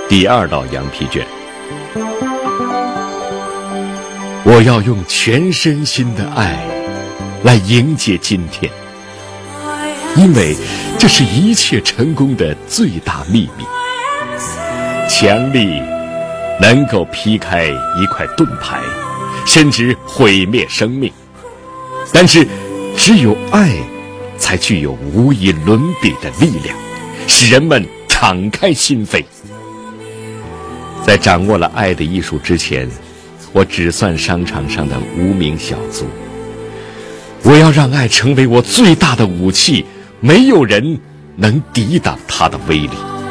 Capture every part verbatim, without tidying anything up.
第二道羊皮卷。我要用全身心的爱来迎接今天，因为这是一切成功的最大秘密。强力能够劈开一块盾牌，甚至毁灭生命，但是只有爱才具有无以伦比的力量，使人们敞开心扉。在掌握了爱的艺术之前，我只算商场上的无名小卒。我要让爱成为我最大的武器，没有人能抵挡它的威力。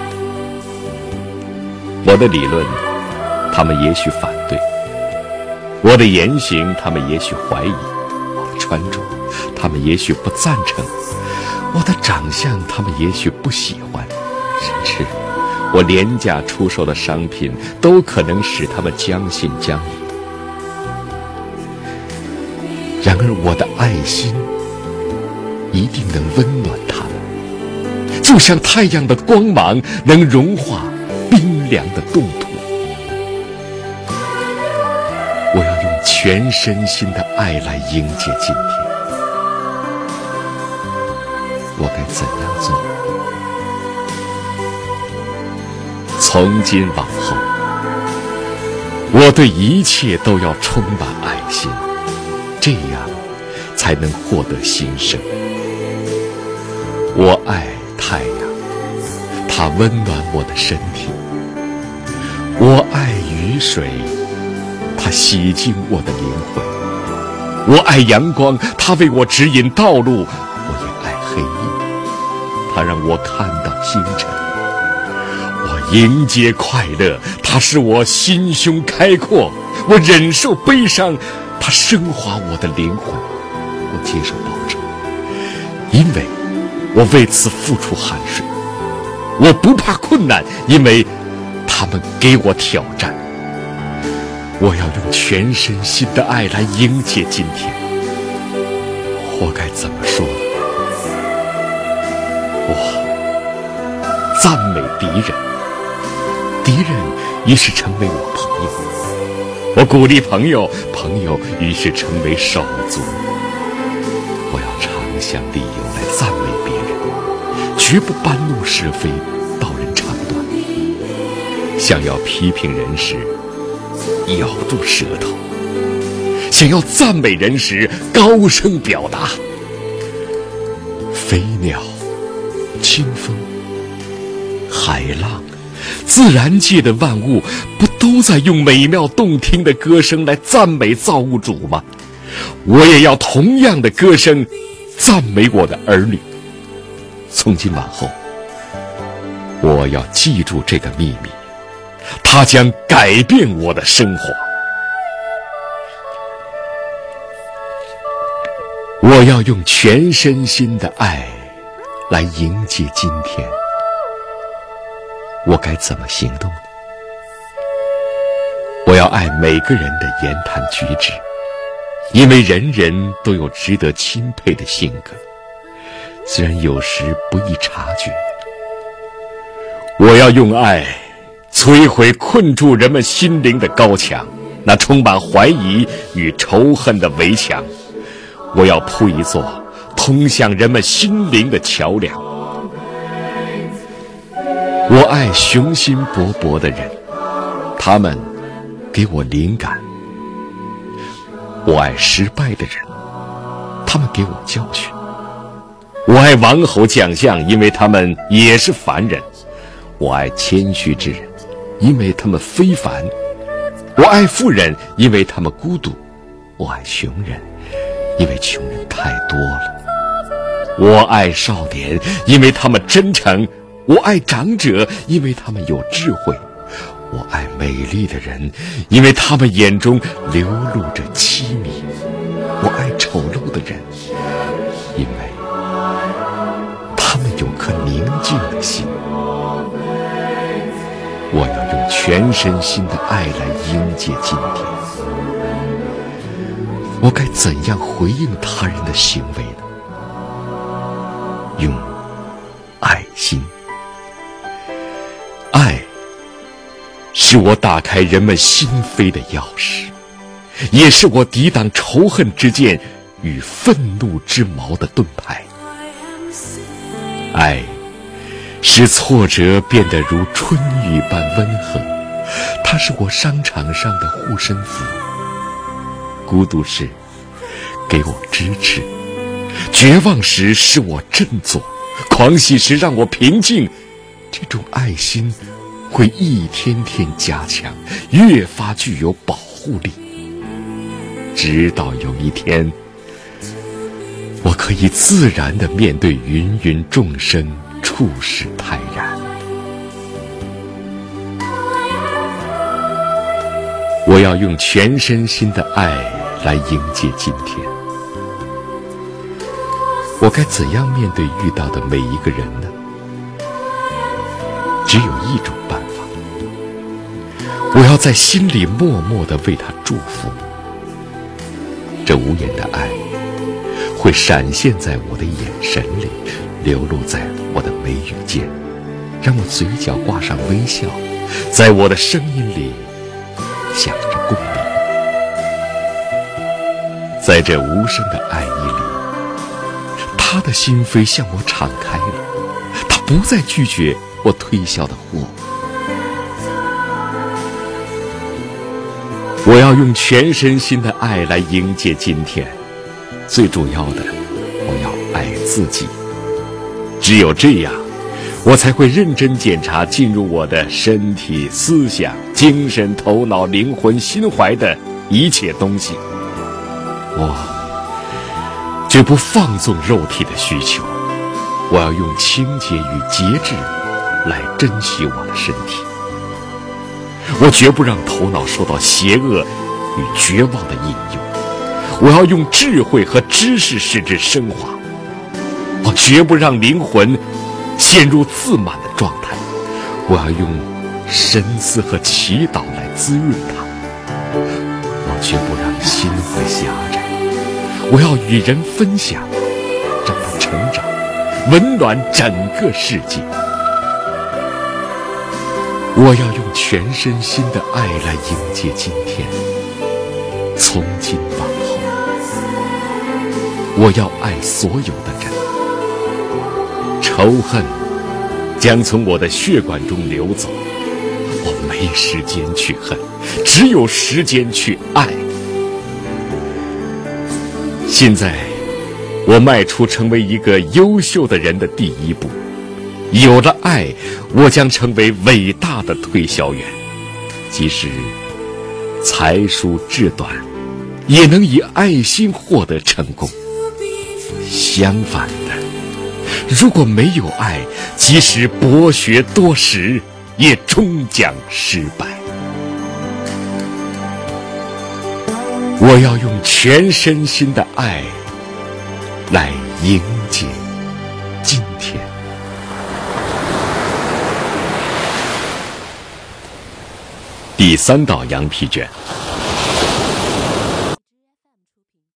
我的理论，他们也许反对；我的言行，他们也许怀疑；我的穿着，他们也许不赞成；我的长相，他们也许不喜欢，甚至我廉价出售的商品都可能使他们将信将疑。然而我的爱心一定能温暖他们，就像太阳的光芒能融化冰凉的冻土。我要用全身心的爱来迎接今天。我该怎样做？从今往后，我对一切都要充满爱心，这样才能获得新生。我爱太阳，它温暖我的身体；我爱雨水，它洗净我的灵魂；我爱阳光，它为我指引道路；我也爱黑夜，它让我看到星辰；我迎接快乐，它使我心胸开阔；我忍受悲伤，它升华我的灵魂；我接受报酬，因为我为此付出汗水；我不怕困难，因为他们给我挑战。我要用全身心的爱来迎接今天。我该怎么说呢？我赞美敌人，敌人于是成为我朋友；我鼓励朋友，朋友于是成为手足。我要常想理由来赞美别人，绝不搬弄是非，道人长短。想要批评人时，咬住舌头；想要赞美人时，高声表达。飞鸟、清风、海浪，自然界的万物，不都在用美妙动听的歌声来赞美造物主吗？我也要同样的歌声赞美我的儿女。从今往后，我要记住这个秘密，它将改变我的生活。我要用全身心的爱来迎接今天。我该怎么行动呢？我要爱每个人的言谈举止，因为人人都有值得钦佩的性格，虽然有时不易察觉。我要用爱摧毁困住人们心灵的高墙，那充满怀疑与仇恨的围墙。我要铺一座通向人们心灵的桥梁。我爱雄心勃勃的人，他们给我灵感；我爱失败的人，他们给我教训；我爱王侯将相，因为他们也是凡人；我爱谦虚之人，因为他们非凡；我爱富人，因为他们孤独；我爱穷人，因为穷人太多了；我爱少年，因为他们真诚；我爱长者，因为他们有智慧；我爱美丽的人，因为他们眼中流露着凄迷；我爱丑陋的人，因为他们有颗宁静的心。我要用全身心的爱来迎接今天。我该怎样回应他人的行为呢？用爱心。爱是我打开人们心扉的钥匙，也是我抵挡仇恨之剑与愤怒之矛的盾牌。爱使挫折变得如春雨般温和，它是我商场上的护身符。孤独时给我支持，绝望时使我振作，狂喜时让我平静。这种爱心会一天天加强，越发具有保护力，直到有一天，我可以自然地面对芸芸众生，处事泰然。我要用全身心的爱来迎接今天。我该怎样面对遇到的每一个人呢？只有一种办法，我要在心里默默地为他祝福。这无言的爱会闪现在我的眼神里，流露在我的眉宇间，让我嘴角挂上微笑，在我的声音里响着共鸣。在这无声的爱意里，他的心扉向我敞开了，他不再拒绝我推销的货物。我要用全身心的爱来迎接今天。最重要的，我要爱自己。只有这样，我才会认真检查进入我的身体、思想、精神、头脑、灵魂、心怀的一切东西。我绝不放纵肉体的需求，我要用清洁与节制来珍惜我的身体。我绝不让头脑受到邪恶与绝望的引诱，我要用智慧和知识使之升华。我绝不让灵魂陷入自满的状态，我要用深思和祈祷来滋润它。我绝不让心怀狭窄，我要与人分享，让它成长，温暖整个世界。我要用全身心的爱来迎接今天。从今往后，我要爱所有的人。仇恨将从我的血管中流走，我没时间去恨，只有时间去爱。现在，我迈出成为一个优秀的人的第一步。有了爱，我将成为伟大的推销员，即使才疏志短，也能以爱心获得成功。相反的，如果没有爱，即使博学多识，也终将失败。我要用全身心的爱来迎接今天。第三道羊皮卷。